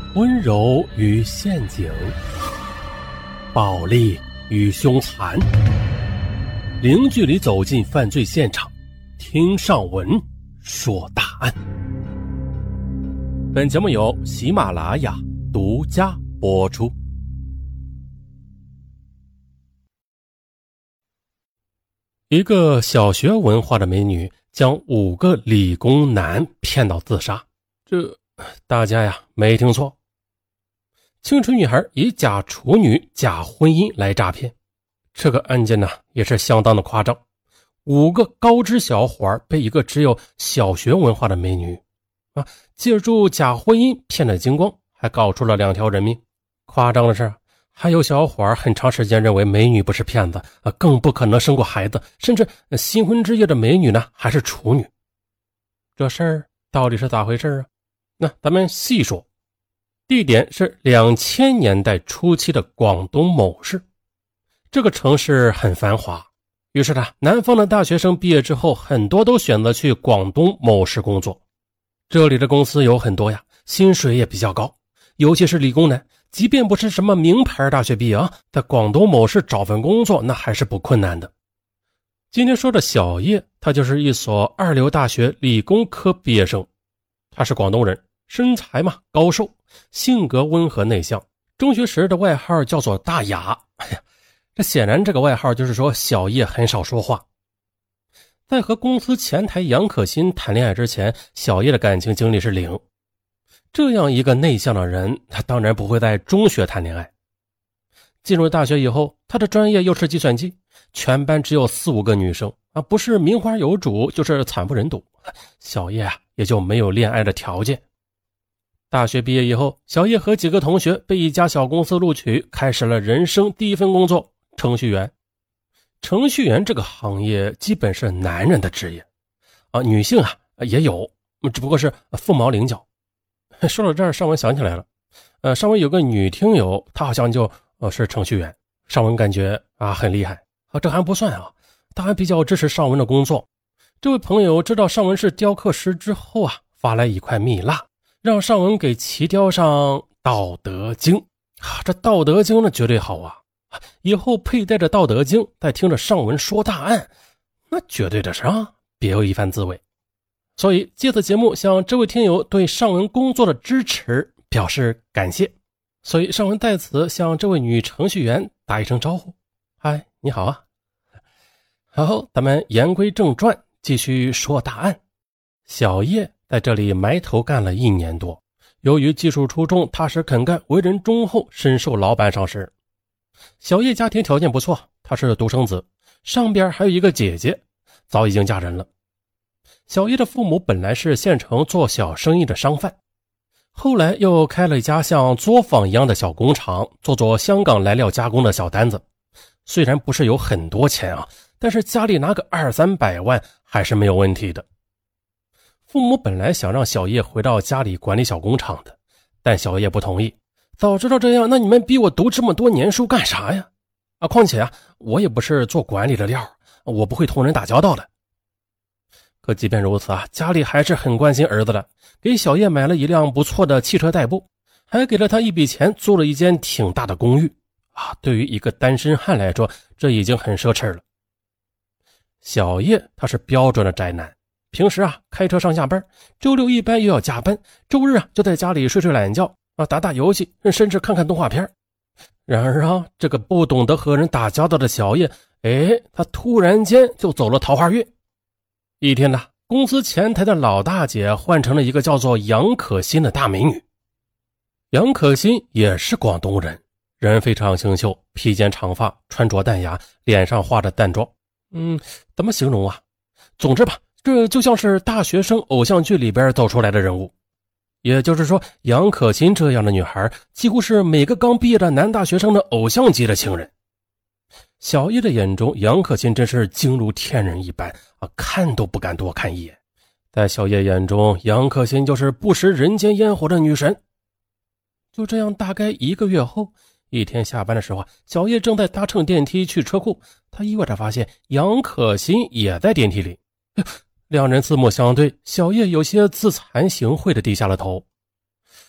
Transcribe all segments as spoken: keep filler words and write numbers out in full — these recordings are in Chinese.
温柔与陷阱，暴力与凶残，零距离走进犯罪现场，听上文说大案。本节目由喜马拉雅独家播出。一个小学文化的美女将五个理工男骗到自杀，这大家呀没听错。清纯女孩以假处女、假婚姻来诈骗，这个案件呢也是相当的夸张。五个高知小伙被一个只有小学文化的美女啊，借助假婚姻骗了精光，还搞出了两条人命。夸张的是，还有小伙很长时间认为美女不是骗子啊，更不可能生过孩子，甚至新婚之夜的美女呢还是处女。这事儿到底是咋回事啊？那咱们细说。地点是两千年代初期的广东某市。这个城市很繁华，于是呢，南方的大学生毕业之后，很多都选择去广东某市工作。这里的公司有很多呀，薪水也比较高，尤其是理工男，即便不是什么名牌大学毕业啊，在广东某市找份工作那还是不困难的。今天说的小叶，他就是一所二流大学理工科毕业生，他是广东人，身材嘛高瘦，性格温和内向，中学时的外号叫做大雅。哎呀，这显然这个外号就是说小叶很少说话。在和公司前台杨可欣谈恋爱之前，小叶的感情经历是零。这样一个内向的人，他当然不会在中学谈恋爱。进入大学以后，他的专业又是计算机，全班只有四五个女生啊，不是名花有主就是惨不忍睹。小叶啊也就没有恋爱的条件。大学毕业以后，小叶和几个同学被一家小公司录取，开始了人生第一份工作，程序员。程序员这个行业基本是男人的职业啊，女性啊也有，只不过是凤毛麟角。说到这儿，尚文想起来了，呃，尚文有个女听友，她好像就呃是程序员，尚文感觉啊很厉害啊，这还不算啊，她还比较支持尚文的工作。这位朋友知道尚文是雕刻师之后啊，发来一块蜜蜡，让尚文给其雕上《道德经》啊，这《道德经》呢绝对好啊，以后佩戴着《道德经》，再听着尚文说大案，那绝对的是啊，别有一番滋味。所以借此节目向这位听友对尚文工作的支持表示感谢。所以尚文在此向这位女程序员打一声招呼，嗨，你好啊。好，咱们言归正传，继续说大案。小叶在这里埋头干了一年多，由于技术出众，踏实肯干，为人忠厚，深受老板赏识。小叶家庭条件不错，他是独生子，上边还有一个姐姐，早已经嫁人了。小叶的父母本来是县城做小生意的商贩，后来又开了一家像作坊一样的小工厂，做做香港来料加工的小单子。虽然不是有很多钱啊，但是家里拿个二三百万还是没有问题的。父母本来想让小叶回到家里管理小工厂的，但小叶不同意。早知道这样，那你们逼我读这么多年书干啥呀？啊，况且啊，我也不是做管理的料，我不会同人打交道的。可即便如此啊，家里还是很关心儿子的，给小叶买了一辆不错的汽车代步，还给了他一笔钱租了一间挺大的公寓啊。对于一个单身汉来说，这已经很奢侈了。小叶他是标准的宅男，平时啊开车上下班，周六一般又要加班，周日啊就在家里睡睡懒觉啊，打打游戏，甚至看看动画片。然而啊，这个不懂得和人打交道的小叶，哎，他突然间就走了桃花运。一天呢，公司前台的老大姐换成了一个叫做杨可欣的大美女。杨可欣也是广东人，人非常清秀，披肩长发，穿着淡雅，脸上化着淡妆。嗯，怎么形容啊？总之吧，这就像是大学生偶像剧里边走出来的人物。也就是说，杨可欣这样的女孩几乎是每个刚毕业的男大学生的偶像级的情人。小叶的眼中，杨可欣真是惊如天人一般啊，看都不敢多看一眼。在小叶眼中，杨可欣就是不食人间烟火的女神。就这样，大概一个月后，一天下班的时候，小叶正在搭乘电梯去车库，他意外地发现杨可欣也在电梯里。两人四目相对，小叶有些自惭形秽地低下了头。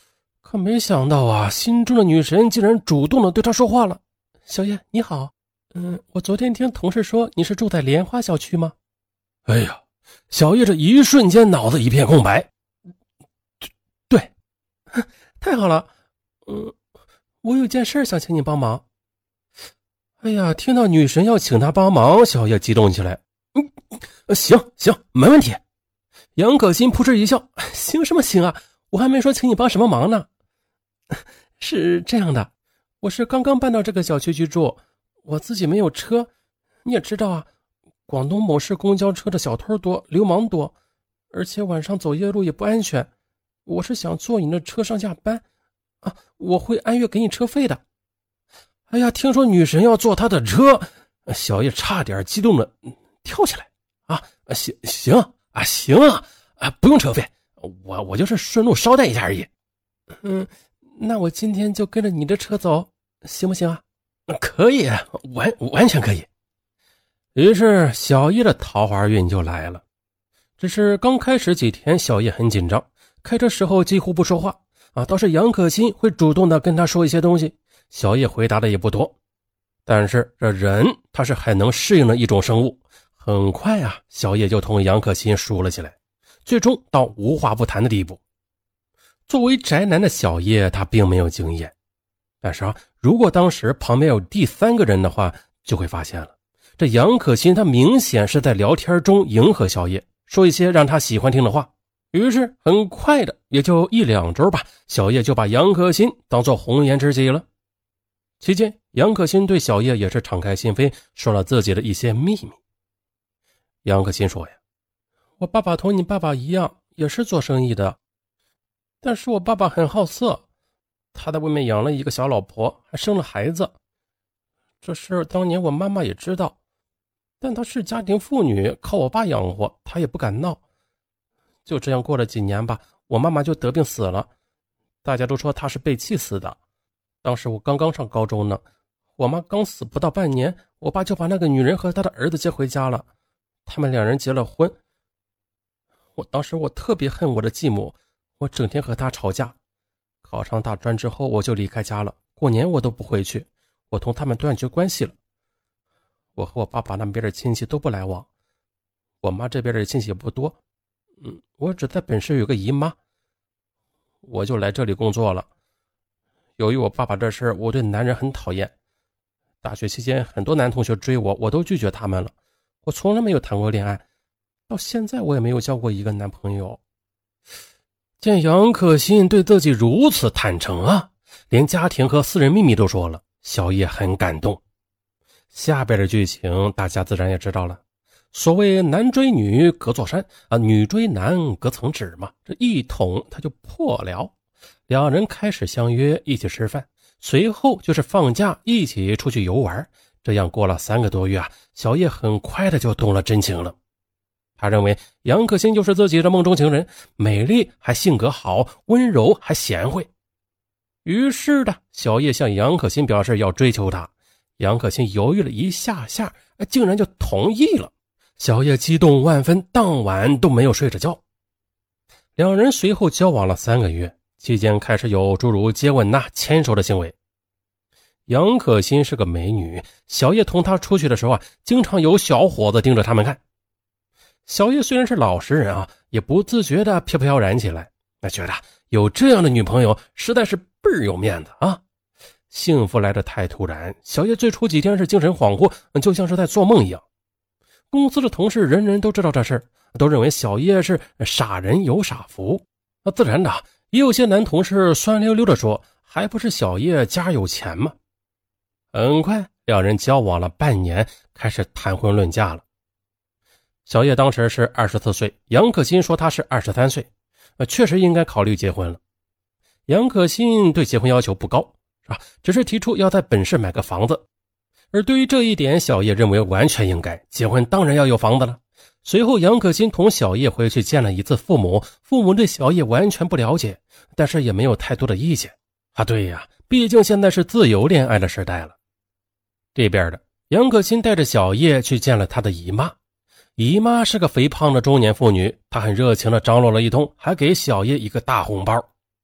可没想到啊，心中的女神竟然主动的对他说话了。小叶你好，嗯，我昨天听同事说你是住在莲花小区吗？哎呀，小叶这一瞬间脑子一片空白。对，太好了，嗯，我有件事想请你帮忙。哎呀，听到女神要请他帮忙，小叶激动起来。嗯，行行，没问题。杨可欣扑哧一笑，行什么行啊，我还没说请你帮什么忙呢。是这样的，我是刚刚搬到这个小区居住，我自己没有车，你也知道啊，广东某市公交车的小偷多，流氓多，而且晚上走夜路也不安全。我是想坐你的车上下班啊，我会按月给你车费的。哎呀，听说女神要坐他的车，小叶差点激动的跳起来。啊，行行啊，行啊，啊，不用车费，我我就是顺路捎带一下而已。嗯，那我今天就跟着你的车走，行不行啊？可以，完完全可以。于是小叶的桃花运就来了。只是刚开始几天，小叶很紧张，开车时候几乎不说话啊，倒是杨可欣会主动的跟他说一些东西，小叶回答的也不多。但是这人他是很能适应的一种生物，很快啊，小叶就同杨可欣熟了起来，最终到无话不谈的地步。作为宅男的小叶，他并没有经验，但是啊，如果当时旁边有第三个人的话，就会发现了，这杨可欣他明显是在聊天中迎合小叶，说一些让他喜欢听的话。于是很快的，也就一两周吧，小叶就把杨可欣当作红颜知己了。期间，杨可欣对小叶也是敞开心扉，说了自己的一些秘密。杨可欣说呀，我爸爸同你爸爸一样，也是做生意的，但是我爸爸很好色，他在外面养了一个小老婆，还生了孩子。这事当年我妈妈也知道，但她是家庭妇女，靠我爸养活，她也不敢闹。就这样过了几年吧，我妈妈就得病死了，大家都说她是被气死的。当时我刚刚上高中呢，我妈刚死不到半年，我爸就把那个女人和她的儿子接回家了，他们两人结了婚。我当时我特别恨我的继母，我整天和她吵架。考上大专之后我就离开家了，过年我都不回去，我同他们断绝关系了。我和我爸爸那边的亲戚都不来往，我妈这边的亲戚也不多，嗯，我只在本市有个姨妈，我就来这里工作了。由于我爸爸这事，我对男人很讨厌。大学期间很多男同学追我，我都拒绝他们了。我从来没有谈过恋爱，到现在我也没有交过一个男朋友。见杨可欣对自己如此坦诚啊，连家庭和私人秘密都说了，小叶很感动。下边的剧情大家自然也知道了，所谓男追女隔座山啊，女追男隔层纸嘛，这一捅他就破了。两人开始相约一起吃饭，随后就是放假一起出去游玩。这样过了三个多月啊，小叶很快的就动了真情了。他认为杨可欣就是自己的梦中情人，美丽还性格好，温柔还贤惠。于是的，小叶向杨可欣表示要追求她。杨可欣犹豫了一下下，竟然就同意了。小叶激动万分，当晚都没有睡着觉。两人随后交往了三个月，期间开始有诸如接吻呐、牵手的行为。杨可欣是个美女，小叶同她出去的时候啊，经常有小伙子盯着他们看。小叶虽然是老实人啊，也不自觉的飘飘然起来，那觉得有这样的女朋友实在是倍儿有面子啊。幸福来得太突然，小叶最初几天是精神恍惚，就像是在做梦一样。公司的同事人人都知道这事，都认为小叶是傻人有傻福。那自然的，也有些男同事酸溜溜的说，还不是小叶家有钱吗？很快两人交往了半年，开始谈婚论嫁了。小叶当时是二十四岁，杨可欣说他是二十三岁，确实应该考虑结婚了。杨可欣对结婚要求不高，啊，只是提出要在本市买个房子。而对于这一点，小叶认为完全应该，结婚当然要有房子了。随后杨可欣同小叶回去见了一次父母，父母对小叶完全不了解，但是也没有太多的意见。啊，对呀，毕竟现在是自由恋爱的时代了。这边的杨可欣带着小叶去见了他的姨妈，姨妈是个肥胖的中年妇女，她很热情的张罗了一通，还给小叶一个大红包。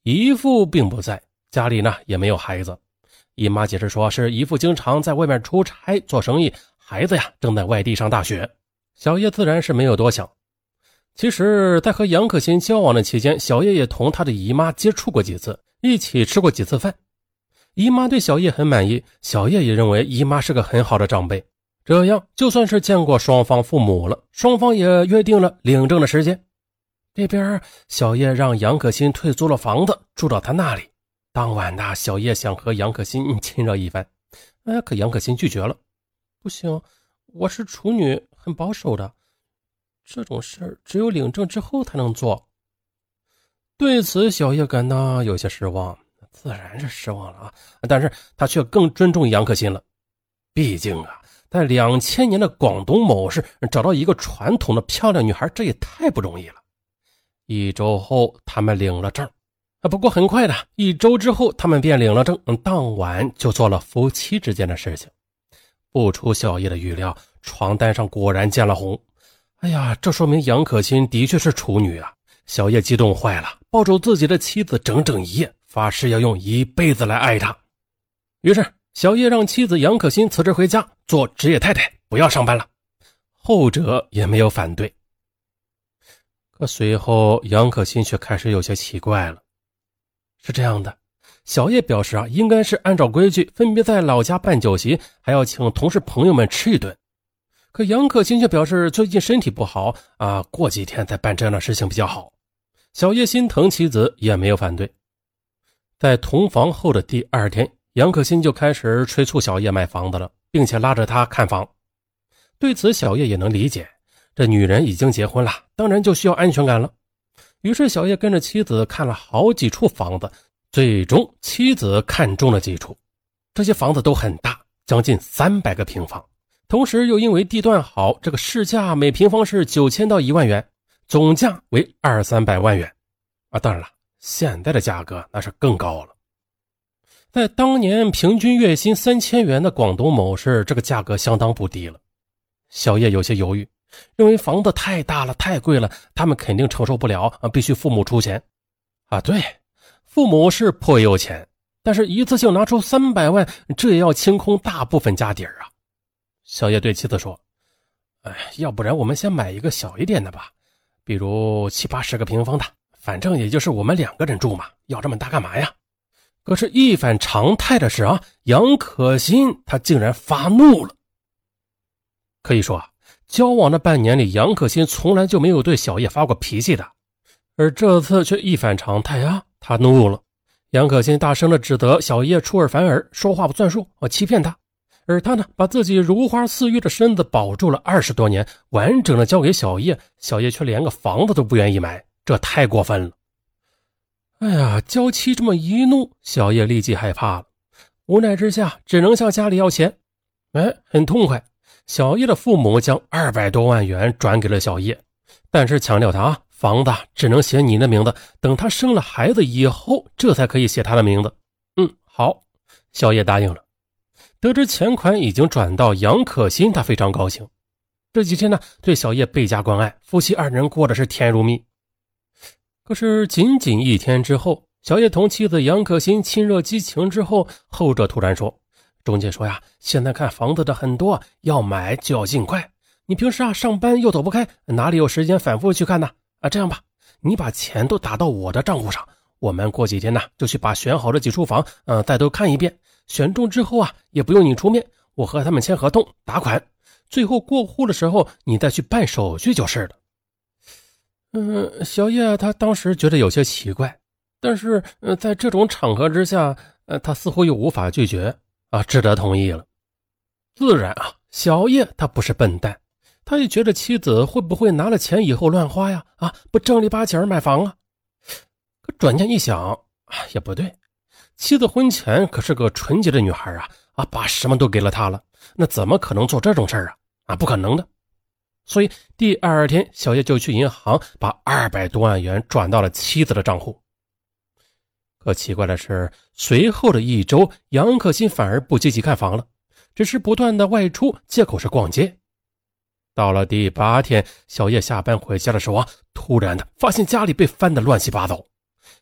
姨父并不在，家里呢也没有孩子。姨妈解释说是姨父经常在外面出差做生意，孩子呀正在外地上大学。小叶自然是没有多想。其实在和杨可欣交往的期间，小叶也同他的姨妈接触过几次，一起吃过几次饭。姨妈对小叶很满意，小叶也认为姨妈是个很好的长辈。这样就算是见过双方父母了，双方也约定了领证的时间。这边小叶让杨可欣退租了房子，住到他那里。当晚的小叶想和杨可欣亲热一番，哎，可杨可欣拒绝了。不行，我是处女，很保守的，这种事只有领证之后才能做。对此小叶感到有些失望，自然是失望了啊，但是他却更尊重杨可欣了。毕竟啊，在两千年的广东某市找到一个传统的漂亮女孩，这也太不容易了。一周后他们领了证。啊，不过很快的，一周之后他们便领了证，当晚就做了夫妻之间的事情。不出小叶的预料，床单上果然见了红。哎呀，这说明杨可欣的确是处女啊！小叶激动坏了，抱住自己的妻子整整一夜，发誓要用一辈子来爱她。于是小叶让妻子杨可欣辞职回家做职业太太，不要上班了。后者也没有反对。可随后杨可欣却开始有些奇怪了。是这样的，小叶表示啊，应该是按照规矩分别在老家办酒席，还要请同事朋友们吃一顿。可杨可欣却表示最近身体不好啊，过几天再办这样的事情比较好。小叶心疼妻子，也没有反对。在同房后的第二天，杨可欣就开始催促小叶买房子了，并且拉着他看房。对此小叶也能理解，这女人已经结婚了，当然就需要安全感了。于是小叶跟着妻子看了好几处房子，最终妻子看中了几处。这些房子都很大，将近三百个平方，同时又因为地段好，这个市价每平方是九千到一万元，总价为二三百万元啊！当然了，现在的价格那是更高了。在当年平均月薪三千元的广东某市，这个价格相当不低了。小叶有些犹豫，认为房子太大了，太贵了，他们肯定承受不了啊，必须父母出钱啊。对，父母是颇有钱，但是一次性拿出三百万，这也要清空大部分家底儿啊。小叶对妻子说：哎，要不然我们先买一个小一点的吧，比如七八十个平方的，反正也就是我们两个人住嘛，要这么大干嘛呀？可是一反常态的是啊，杨可欣她竟然发怒了。可以说啊，交往的半年里，杨可欣从来就没有对小叶发过脾气的，而这次却一反常态啊，他怒了。杨可欣大声地指责小叶出尔反尔，说话不算数，我欺骗他。而他呢，把自己如花似玉的身子保住了二十多年，完整的交给小叶，小叶却连个房子都不愿意买，这太过分了。哎呀，娇妻这么一怒，小叶立即害怕了，无奈之下只能向家里要钱。哎，很痛快，小叶的父母将二百多万元转给了小叶，但是强调他啊，房子只能写你的名字，等他生了孩子以后，这才可以写他的名字。嗯，好，小叶答应了。得知钱款已经转到杨可欣，他非常高兴。这几天呢，对小叶倍加关爱，夫妻二人过的是甜如蜜。可是仅仅一天之后，小叶同妻子杨可欣亲热激情之后，后者突然说：中介说呀，现在看房子的很多，要买就要尽快。你平时啊上班又走不开，哪里有时间反复去看呢？啊，这样吧，你把钱都打到我的账户上，我们过几天呢就去把选好的几处房，嗯、呃，再都看一遍。选中之后啊，也不用你出面，我和他们签合同打款，最后过户的时候你再去办手续就是了。嗯，小叶他当时觉得有些奇怪，但是呃在这种场合之下，呃他似乎又无法拒绝啊，只得同意了。自然啊，小叶他不是笨蛋，他也觉得妻子会不会拿了钱以后乱花呀？啊，不正儿八经买房啊？可转念一想，啊也不对，妻子婚前可是个纯洁的女孩啊，啊把什么都给了他了，那怎么可能做这种事儿啊？啊，不可能的。所以第二天，小叶就去银行把二百多万元转到了妻子的账户。可奇怪的是，随后的一周，杨可欣反而不积极看房了，只是不断的外出，借口是逛街。到了第八天，小叶下班回家的时候啊，突然的发现家里被翻得乱七八糟。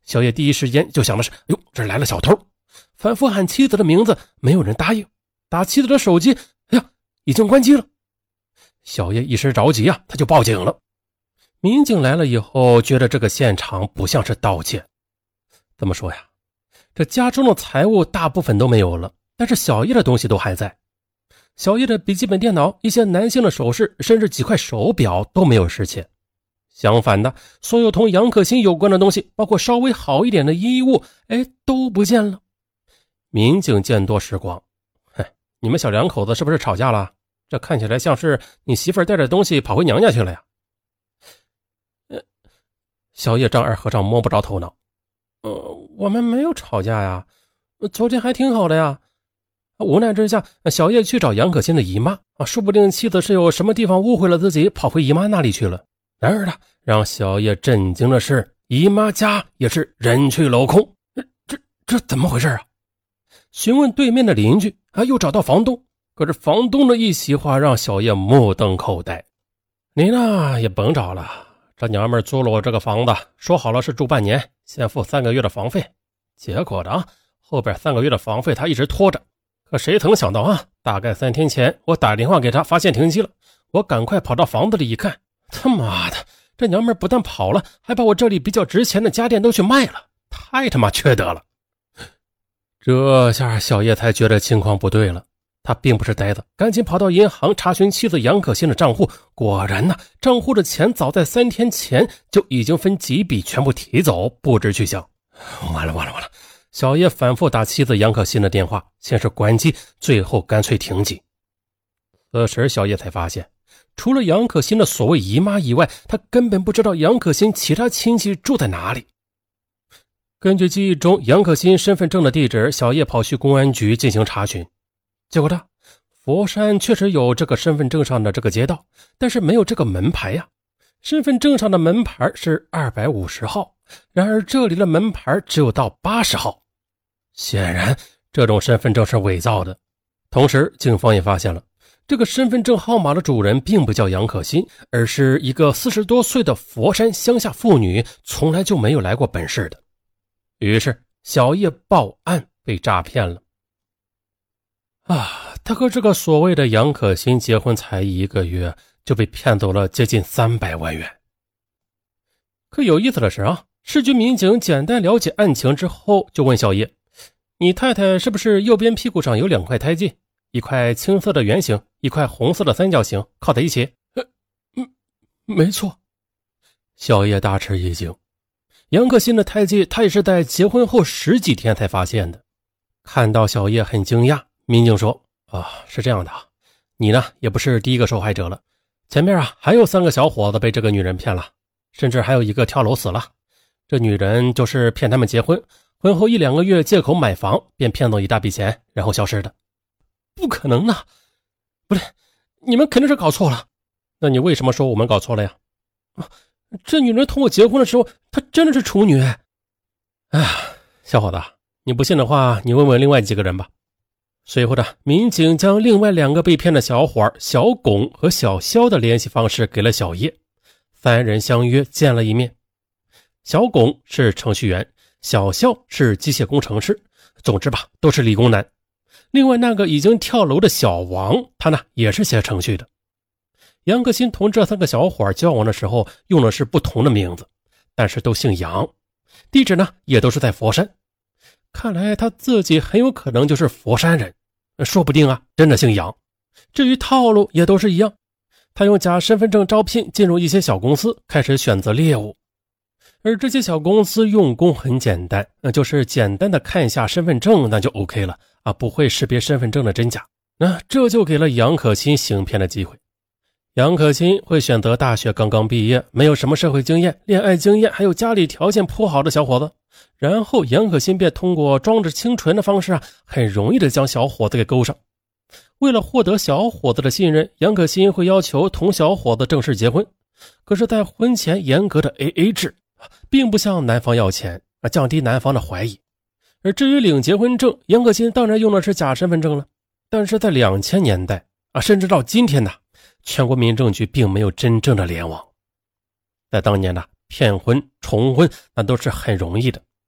小叶第一时间就想的是，哟，这来了小偷，反复喊妻子的名字，没有人答应，打妻子的手机，哎呀，已经关机了。小叶一时着急啊，他就报警了。民警来了以后，觉得这个现场不像是盗窃。怎么说呀，这家中的财物大部分都没有了，但是小叶的东西都还在。小叶的笔记本电脑、一些男性的首饰，甚至几块手表都没有失窃。相反的，所有同杨可欣有关的东西，包括稍微好一点的衣物，哎，都不见了。民警见多识广，嘿，你们小两口子是不是吵架了？这看起来像是你媳妇儿带着东西跑回娘家去了呀。呃，小叶丈二和尚摸不着头脑。呃，我们没有吵架呀，昨天还挺好的呀。无奈之下，小叶去找杨可欣的姨妈啊，说不定妻子是有什么地方误会了自己，跑回姨妈那里去了。然而呢，让小叶震惊的是，姨妈家也是人去楼空。这这怎么回事啊？询问对面的邻居啊，又找到房东，可是房东的一席话让小叶目瞪口呆。你呢也甭找了，这娘们租了我这个房子，说好了是住半年，先付三个月的房费。结果的啊，后边三个月的房费他一直拖着。可谁曾想到啊，大概三天前我打电话给他，发现停机了，我赶快跑到房子里一看，他妈的，这娘们不但跑了，还把我这里比较值钱的家电都去卖了，太他妈缺德了。这下小叶才觉得情况不对了，他并不是呆子，赶紧跑到银行查询妻子杨可欣的账户，果然呢，账户的钱早在三天前就已经分几笔全部提走，不知去向。完了完了完了，小叶反复打妻子杨可欣的电话，先是关机，最后干脆停机。此时小叶才发现，除了杨可欣的所谓姨妈以外，他根本不知道杨可欣其他亲戚住在哪里。根据记忆中杨可欣身份证的地址，小叶跑去公安局进行查询。结果呢，佛山确实有这个身份证上的这个街道，但是没有这个门牌呀。身份证上的门牌是二百五十号，然而这里的门牌只有到八十号。显然这种身份证是伪造的。同时警方也发现了，这个身份证号码的主人并不叫杨可欣，而是一个四十多岁的佛山乡下妇女，从来就没有来过本市的。于是小叶报案被诈骗了。啊，他和这个所谓的杨可欣结婚才一个月，就被骗走了接近三百万元。可有意思的是啊，市局民警简单了解案情之后，就问小叶，你太太是不是右边屁股上有两块胎记，一块青色的圆形，一块红色的三角形，靠在一起？呃，嗯，没错。小叶大吃一惊，杨可欣的胎记他也是在结婚后十几天才发现的。看到小叶很惊讶，民警说，啊，是这样的，你呢也不是第一个受害者了，前面啊还有三个小伙子被这个女人骗了，甚至还有一个跳楼死了。这女人就是骗他们结婚，婚后一两个月借口买房便骗走一大笔钱，然后消失的。不可能的，不对，你们肯定是搞错了。那你为什么说我们搞错了呀？啊，这女人同我结婚的时候，她真的是处女。哎呀，小伙子，你不信的话，你问问另外几个人吧。随后的民警将另外两个被骗的小伙小巩和小肖的联系方式给了小叶，三人相约见了一面。小巩是程序员，小肖是机械工程师，总之吧，都是理工男。另外那个已经跳楼的小王，他呢也是写程序的。杨可欣同这三个小伙交往的时候用的是不同的名字，但是都姓杨，地址呢也都是在佛山。看来他自己很有可能就是佛山人，说不定啊真的姓杨。至于套路也都是一样，他用假身份证招聘进入一些小公司，开始选择猎物。而这些小公司用工很简单，那就是简单的看一下身份证那就 OK 了啊，不会识别身份证的真假。那这就给了杨可欣行骗的机会。杨可欣会选择大学刚刚毕业，没有什么社会经验、恋爱经验，还有家里条件颇好的小伙子。然后杨可欣便通过装着清纯的方式啊，很容易的将小伙子给勾上。为了获得小伙子的信任，杨可欣会要求同小伙子正式结婚。可是在婚前严格的 A A 制，并不向男方要钱，降低男方的怀疑。而至于领结婚证，杨可欣当然用的是假身份证了。但是在两千年代啊，甚至到今天呢，全国民政局并没有真正的联网。在当年呢，骗婚重婚那都是很容易的，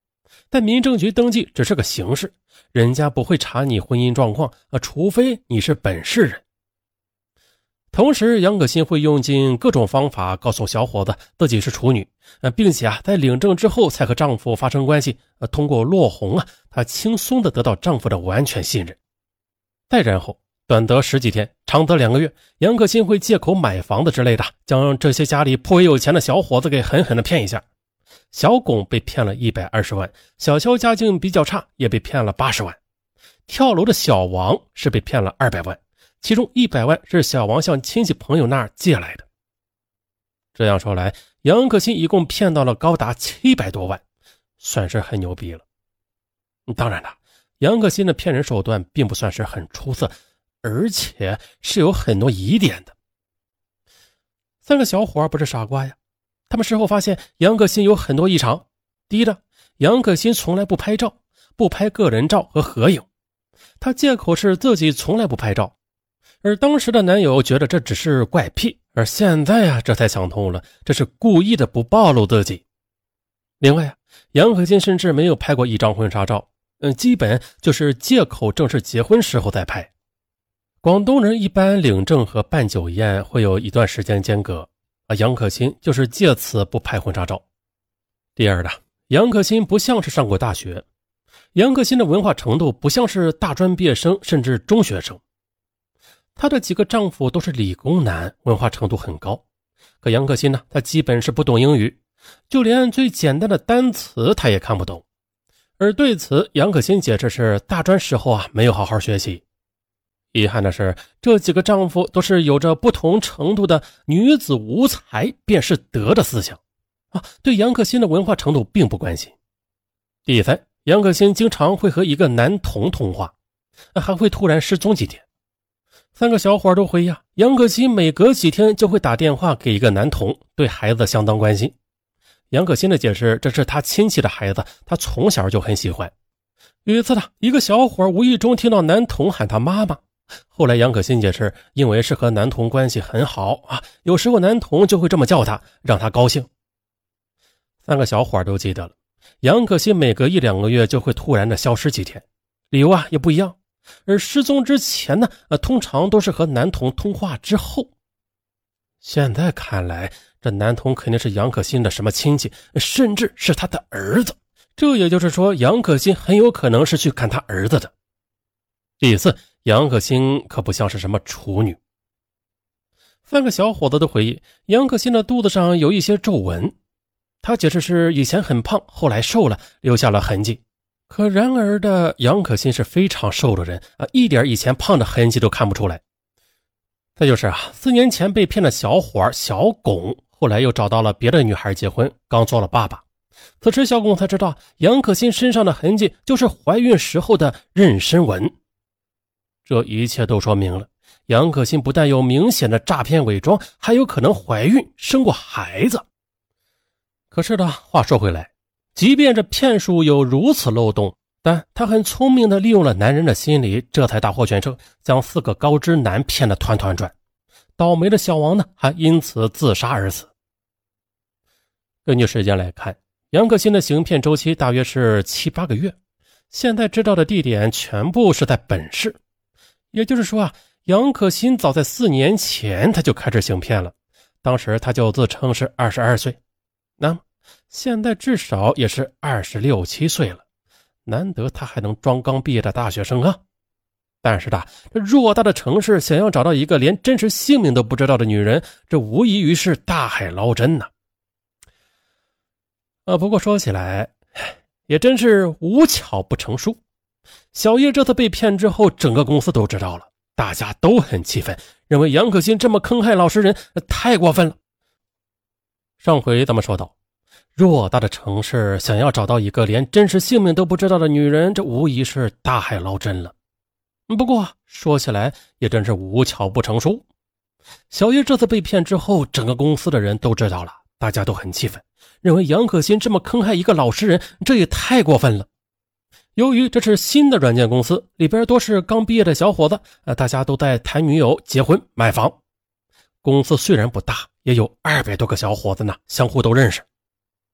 但民政局登记只是个形式，人家不会查你婚姻状况，呃，除非你是本市人。同时，杨可欣会用尽各种方法告诉小伙子自己是处女，呃，并且啊，在领证之后才和丈夫发生关系，呃，通过落红啊，她轻松地得到丈夫的完全信任。再然后，短则十几天，长则两个月，杨可欣会借口买房子之类的，将这些家里颇为有钱的小伙子给狠狠地骗一下。小巩被骗了一百二十万，小肖家境比较差，也被骗了八十万。跳楼的小王是被骗了二百万。其中一百万是小王向亲戚朋友那儿借来的。这样说来，杨可欣一共骗到了高达七百多万，算是很牛逼了。当然了，杨可欣的骗人手段并不算是很出色，而且是有很多疑点的。三个小伙不是傻瓜呀，他们事后发现杨可欣有很多异常。第一呢，杨可欣从来不拍照，不拍个人照和合影，她借口是自己从来不拍照。而当时的男友觉得这只是怪癖，而现在啊，这才想通了，这是故意的不暴露自己。另外啊，杨可欣甚至没有拍过一张婚纱照，嗯，基本就是借口正式结婚时候再拍。广东人一般领证和办酒宴会有一段时间间隔，而杨可欣就是借此不拍婚纱照。第二的，杨可欣不像是上过大学，杨可欣的文化程度不像是大专毕业生甚至中学生。她的几个丈夫都是理工男，文化程度很高。可杨可欣呢，她基本是不懂英语，就连最简单的单词她也看不懂。而对此，杨可欣解释是大专时候啊没有好好学习。遗憾的是，这几个丈夫都是有着不同程度的女子无才便是德的思想啊，对杨可欣的文化程度并不关心。第三，杨可欣经常会和一个男童通话，还会突然失踪几天。三个小伙都回忆啊，杨可欣每隔几天就会打电话给一个男童，对孩子相当关心。杨可欣的解释，这是他亲戚的孩子，他从小就很喜欢。有一次呢，一个小伙无意中听到男童喊他妈妈，后来杨可欣解释，因为是和男童关系很好啊，有时候男童就会这么叫他，让他高兴。三个小伙都记得了，杨可欣每隔一两个月就会突然的消失几天，理由啊也不一样。而失踪之前呢，呃，通常都是和男童通话之后。现在看来，这男童肯定是杨可欣的什么亲戚，甚至是他的儿子。这也就是说，杨可欣很有可能是去看他儿子的。第四，杨可欣可不像是什么处女。三个小伙子都回忆，杨可欣的肚子上有一些皱纹，他解释是以前很胖，后来瘦了，留下了痕迹。可然而的杨可欣是非常瘦的人啊，一点以前胖的痕迹都看不出来。再就是啊，四年前被骗的小伙小巩，后来又找到了别的女孩结婚，刚做了爸爸。此时小巩才知道，杨可欣身上的痕迹就是怀孕时候的妊娠纹。这一切都说明了，杨可欣不但有明显的诈骗伪装，还有可能怀孕生过孩子。可是的话说回来，即便这骗术有如此漏洞，但他很聪明地利用了男人的心理，这才大获全胜，将四个高知男骗得团团转。倒霉的小王呢，还因此自杀而死。根据时间来看，杨可欣的行骗周期大约是七八个月，现在知道的地点全部是在本市。也就是说啊，杨可欣早在四年前他就开始行骗了，当时他就自称是二十二岁，那么现在至少也是二十六七岁了，难得他还能装刚毕业的大学生啊。但是的，这偌大的城市想要找到一个连真实姓名都不知道的女人，这无异于是大海捞针呐。啊，不过说起来也真是无巧不成书。小叶这次被骗之后，整个公司都知道了，大家都很气愤，认为杨可欣这么坑害老实人太过分了。上回咱们说到，偌大的城市想要找到一个连真实姓名都不知道的女人，这无疑是大海捞针了。不过说起来也真是无巧不成书。小叶这次被骗之后，整个公司的人都知道了，大家都很气愤，认为杨可欣这么坑害一个老实人，这也太过分了。由于这是新的软件公司，里边都是刚毕业的小伙子，大家都在谈女友、结婚、买房。公司虽然不大，也有二百多个小伙子呢，相互都认识。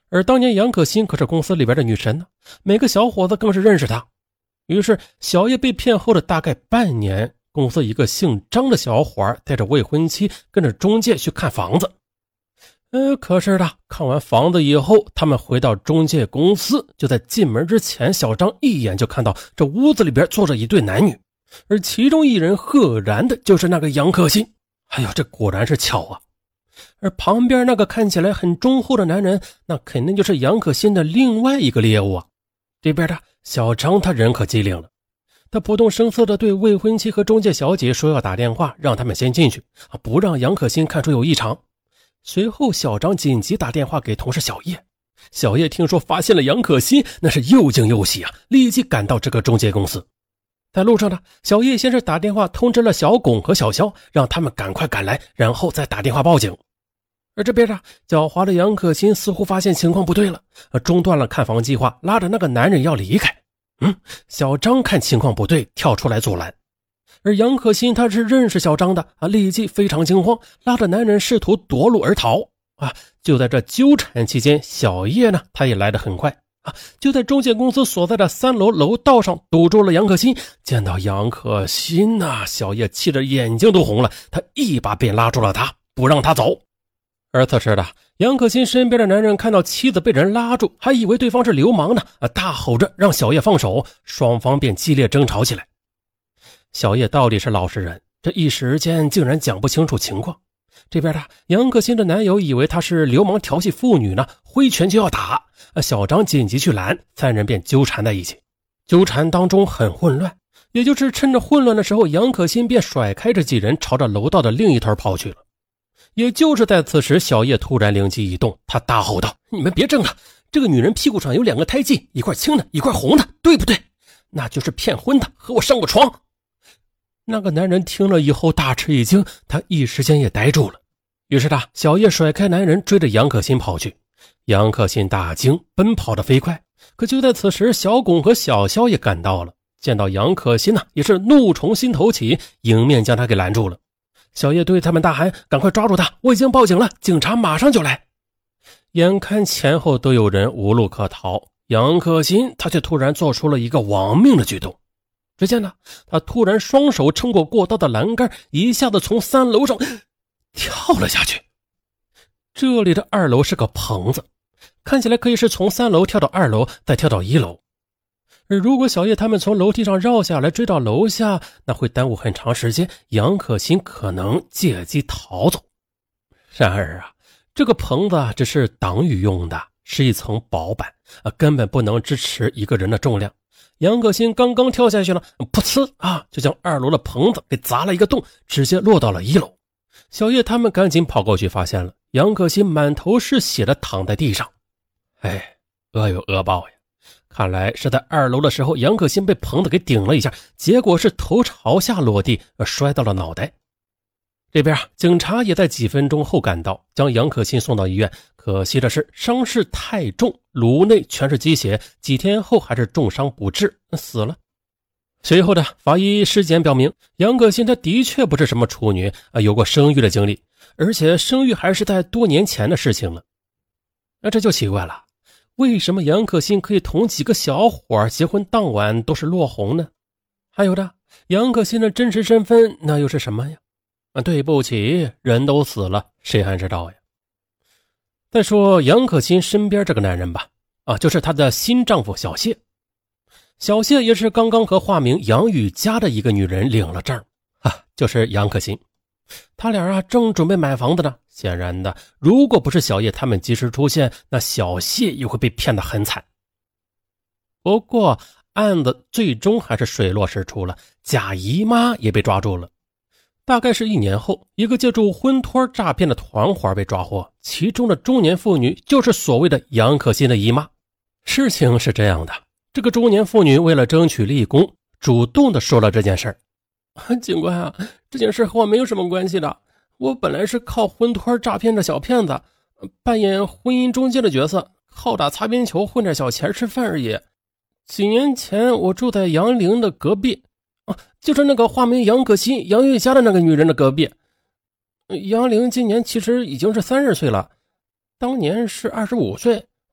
而当年杨可欣可是公司里边的女神呢，每个小伙子更是认识她。于是小叶被骗后的大概半年，公司一个姓张的小伙带着未婚妻跟着中介去看房子。呃，可是的，看完房子以后，他们回到中介公司，就在进门之前，小张一眼就看到这屋子里边坐着一对男女，而其中一人赫然的就是那个杨可欣。哎呦，这果然是巧啊！而旁边那个看起来很忠厚的男人，那肯定就是杨可欣的另外一个猎物啊。这边的小张他人可机灵了，他不动声色地对未婚妻和中介小姐说要打电话让他们先进去，不让杨可欣看出有异常。随后小张紧急打电话给同事小叶，小叶听说发现了杨可欣，那是又惊又喜啊，立即赶到这个中介公司。在路上呢，小叶先是打电话通知了小巩和小肖，让他们赶快赶来，然后再打电话报警。而这边呢，狡猾的杨可欣似乎发现情况不对了，中断了看房计划，拉着那个男人要离开。嗯，小张看情况不对，跳出来阻拦。而杨可欣他是认识小张的啊，立即非常惊慌，拉着男人试图夺路而逃啊！就在这纠缠期间，小叶呢，他也来得很快啊，就在中介公司所在的三楼楼道上堵住了杨可欣。见到杨可欣呐，小叶气得眼睛都红了，他一把便拉住了他，不让他走。而此时的杨可欣身边的男人看到妻子被人拉住，还以为对方是流氓呢，啊，大吼着让小叶放手，双方便激烈争吵起来。小叶到底是老实人，这一时间竟然讲不清楚情况。这边的杨可欣的男友以为他是流氓调戏妇女呢，挥拳就要打，小张紧急去拦，三人便纠缠在一起。纠缠当中很混乱，也就是趁着混乱的时候，杨可欣便甩开这几人朝着楼道的另一头跑去了。也就是在此时，小叶突然灵机一动，他大吼道：你们别争了，这个女人屁股上有两个胎记，一块青的一块红的，对不对？那就是骗婚的，和我上过床。那个男人听了以后大吃一惊，他一时间也呆住了。于是他小叶甩开男人，追着杨可欣跑去。杨可欣大惊，奔跑得飞快。可就在此时，小巩和小肖也赶到了，见到杨可欣呢，也是怒从心头起，迎面将他给拦住了。小叶对他们大喊：赶快抓住他，我已经报警了，警察马上就来。眼看前后都有人，无路可逃，杨可欣他却突然做出了一个亡命的举动。只见呢，他突然双手撑过过道的栏杆，一下子从三楼上跳了下去。这里的二楼是个棚子，看起来可以是从三楼跳到二楼，再跳到一楼。而如果小叶他们从楼梯上绕下来追到楼下，那会耽误很长时间，杨可欣可能借机逃走。然而啊，这个棚子只是挡雨用的，是一层薄板啊，根本不能支持一个人的重量。杨可欣刚刚跳下去了，噗呲啊，就将二楼的棚子给砸了一个洞，直接落到了一楼。小叶他们赶紧跑过去，发现了杨可欣满头是血的躺在地上。哎，恶有恶报呀！看来是在二楼的时候，杨可欣被棚子给顶了一下，结果是头朝下落地，摔到了脑袋。这边啊，警察也在几分钟后赶到，将杨可欣送到医院。可惜的是，伤势太重，颅内全是积血，几天后还是重伤不治，死了。随后的法医尸检表明，杨可欣她的确不是什么处女，有过生育的经历，而且生育还是在多年前的事情了。那这就奇怪了，为什么杨可欣可以同几个小伙结婚当晚都是落红呢？还有的，杨可欣的真实身份那又是什么呀？啊，对不起，人都死了，谁还知道呀？再说杨可欣身边这个男人吧，啊，就是她的新丈夫小谢。小谢也是刚刚和化名杨雨佳的一个女人领了证啊，就是杨可欣。他俩啊正准备买房子呢，显然的，如果不是小叶他们及时出现，那小谢也会被骗得很惨。不过案子最终还是水落石出了，假姨妈也被抓住了。大概是一年后，一个借助婚托诈骗的团伙被抓获，其中的中年妇女就是所谓的杨可欣的姨妈。事情是这样的，这个中年妇女为了争取立功，主动的说了这件事儿。警官啊，这件事和我没有什么关系的，我本来是靠婚托诈骗的小骗子，扮演婚姻中介的角色，靠打擦边球混点小钱吃饭而已。几年前我住在杨玲的隔壁，啊，就是那个化名杨可欣、杨玉佳的那个女人的隔壁。杨玲今年其实已经是三十岁了，当年是二十五岁，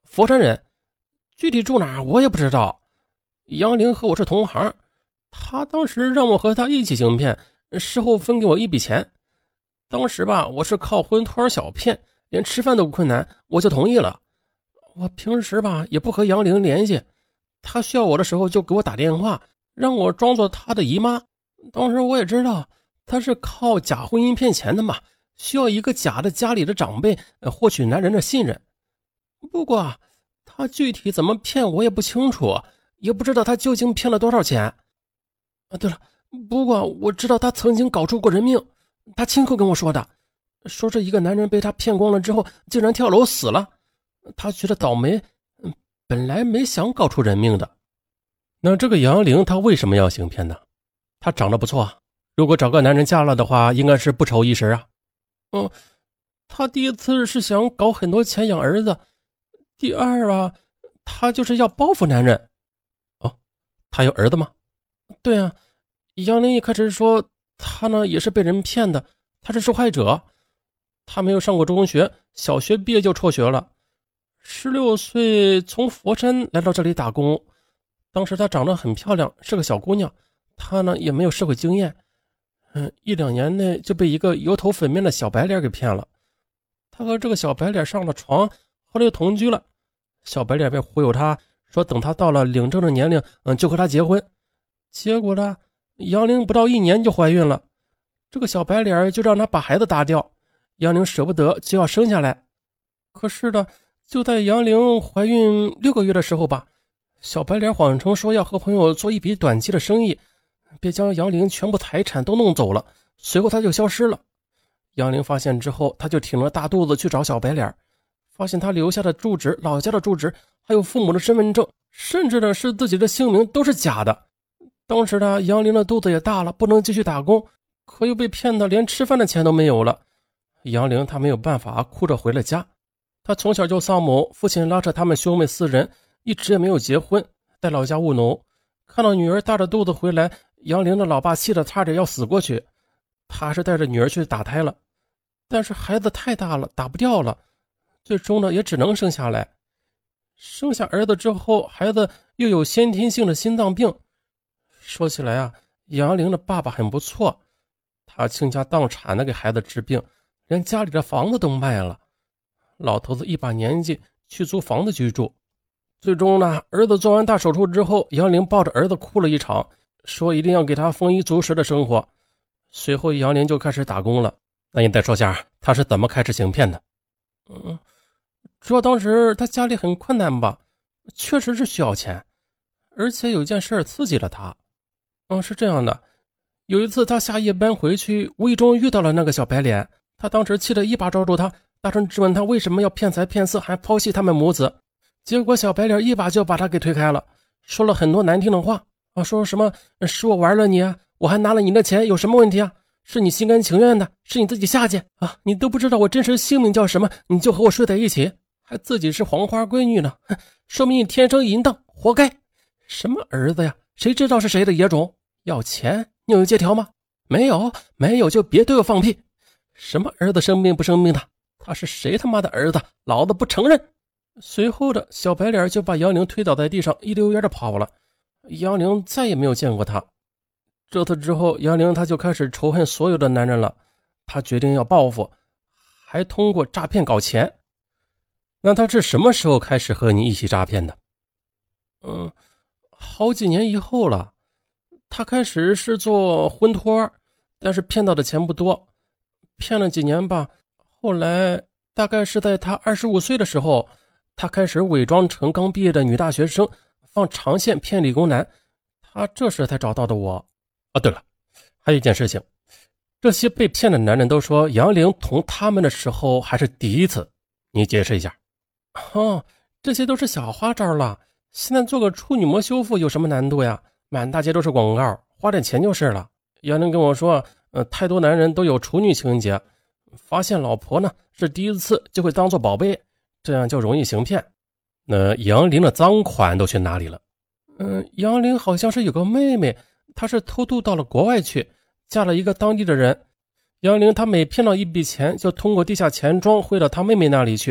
佛山人，具体住哪我也不知道。杨玲和我是同行，他当时让我和他一起行骗，事后分给我一笔钱。当时吧，我是靠婚托小骗，连吃饭都困难，我就同意了。我平时吧也不和杨玲联系，他需要我的时候就给我打电话，让我装作他的姨妈。当时我也知道他是靠假婚姻骗钱的嘛，需要一个假的家里的长辈获取男人的信任。不过他具体怎么骗我也不清楚，也不知道他究竟骗了多少钱。啊，对了，不过我知道他曾经搞出过人命，他亲口跟我说的，说是一个男人被他骗光了之后竟然跳楼死了，他觉得倒霉，本来没想搞出人命的。那这个杨玲她为什么要行骗呢？她长得不错，如果找个男人嫁了的话，应该是不愁一时啊。嗯，她第一次是想搞很多钱养儿子，第二啊，她就是要报复男人。哦，她有儿子吗？对啊，杨玲一开始说她呢也是被人骗的，她是受害者。她没有上过中学，小学毕业就辍学了，十六岁从佛山来到这里打工。当时她长得很漂亮，是个小姑娘，她呢也没有社会经验，嗯，一两年内就被一个油头粉面的小白脸给骗了。她和这个小白脸上了床，后来又同居了。小白脸被忽悠她说等她到了领证的年龄，嗯，就和她结婚。结果呢，杨玲不到一年就怀孕了，这个小白脸就让她把孩子打掉，杨玲舍不得就要生下来。可是呢，就在杨玲怀孕六个月的时候吧，小白脸谎称说要和朋友做一笔短期的生意，便将杨玲全部财产都弄走了，随后他就消失了。杨玲发现之后，他就挺着大肚子去找小白脸，发现他留下的住址、老家的住址还有父母的身份证，甚至呢是自己的姓名都是假的。当时呢，杨玲的肚子也大了，不能继续打工，可又被骗得连吃饭的钱都没有了。杨玲她没有办法，哭着回了家。她从小就丧母，父亲拉扯他们兄妹四人，一直也没有结婚，在老家务农。看到女儿大着肚子回来，杨玲的老爸气得差点要死过去，他还是带着女儿去打胎了，但是孩子太大了，打不掉了，最终呢也只能生下来。生下儿子之后，孩子又有先天性的心脏病。说起来啊，杨玲的爸爸很不错，他倾家荡产的给孩子治病，连家里的房子都卖了。老头子一把年纪去租房子居住。最终呢，儿子做完大手术之后，杨玲抱着儿子哭了一场，说一定要给他丰衣足食的生活。随后杨玲就开始打工了。那你再说下他是怎么开始行骗的？嗯，主要当时他家里很困难吧，确实是需要钱，而且有件事刺激了他。嗯，是这样的，有一次他下夜班回去，无意中遇到了那个小白脸，他当时气得一把抓住他，大声质问他为什么要骗财骗色，还抛弃他们母子。结果小白脸一把就把他给推开了，说了很多难听的话啊，说什么是我玩了你啊，我还拿了你的钱，有什么问题啊？是你心甘情愿的，是你自己下贱啊！你都不知道我真实姓名叫什么，你就和我睡在一起，还自己是黄花闺女呢，说明你天生淫荡，活该！什么儿子呀？谁知道是谁的野种？要钱你有借条吗？没有，没有就别对我放屁！什么儿子生病不生病的？他是谁他妈的儿子？老子不承认！随后的小白脸就把杨玲推倒在地上，一溜烟的跑了。杨玲再也没有见过他。这次之后，杨玲她就开始仇恨所有的男人了，她决定要报复，还通过诈骗搞钱。那她是什么时候开始和你一起诈骗的？嗯，好几年以后了。他开始是做婚托，但是骗到的钱不多，骗了几年吧。后来大概是在他二十五岁的时候，他开始伪装成刚毕业的女大学生，放长线骗理工男。他这时才找到的我。啊，对了，还有一件事情，这些被骗的男人都说杨玲同他们的时候还是第一次，你解释一下。哦，这些都是小花招了，现在做个处女膜修复有什么难度呀？满大街都是广告，花点钱就是了。杨玲跟我说，呃，太多男人都有处女情节，发现老婆呢是第一次就会当做宝贝，这样就容易行骗。那杨玲的赃款都去哪里了？嗯，杨玲好像是有个妹妹，她是偷渡到了国外去，嫁了一个当地的人。杨玲她每骗到一笔钱，就通过地下钱庄汇到她妹妹那里去，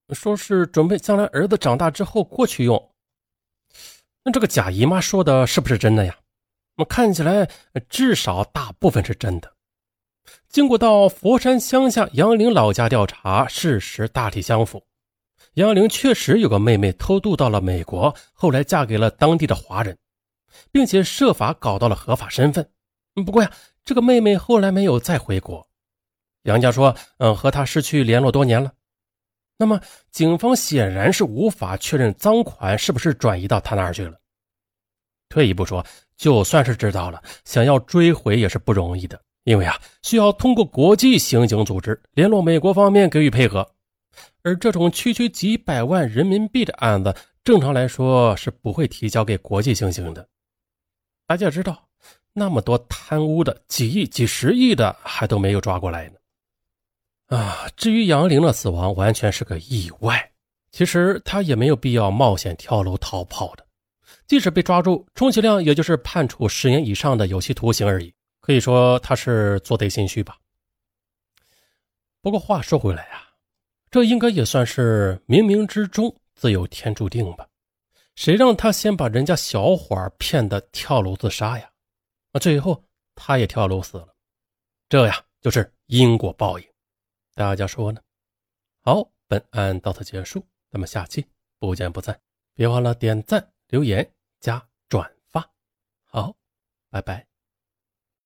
说是准备将来儿子长大之后过去用。那这个贾姨妈说的是不是真的呀？我看起来至少大部分是真的。经过到佛山乡下杨玲老家调查，事实大体相符。杨玲确实有个妹妹偷渡到了美国，后来嫁给了当地的华人，并且设法搞到了合法身份。不过呀，这个妹妹后来没有再回国。杨家说，嗯，和她失去联络多年了。那么警方显然是无法确认赃款是不是转移到她那儿去了。退一步说，就算是知道了，想要追回也是不容易的，因为啊，需要通过国际刑警组织联络美国方面给予配合。而这种区区几百万人民币的案子，正常来说是不会提交给国际刑警的。大家知道，那么多贪污的，几亿几十亿的还都没有抓过来呢。啊，至于杨玲的死亡完全是个意外，其实他也没有必要冒险跳楼逃跑的。即使被抓住，充其量也就是判处十年以上的有期徒刑而已，可以说他是做贼心虚吧。不过话说回来啊，这应该也算是冥冥之中自有天注定吧。谁让他先把人家小伙骗得跳楼自杀呀？那最后他也跳楼死了，这呀就是因果报应。大家说呢？好，本案到此结束，咱们下期不见不散。别忘了点赞、留言、加转发。好，拜拜。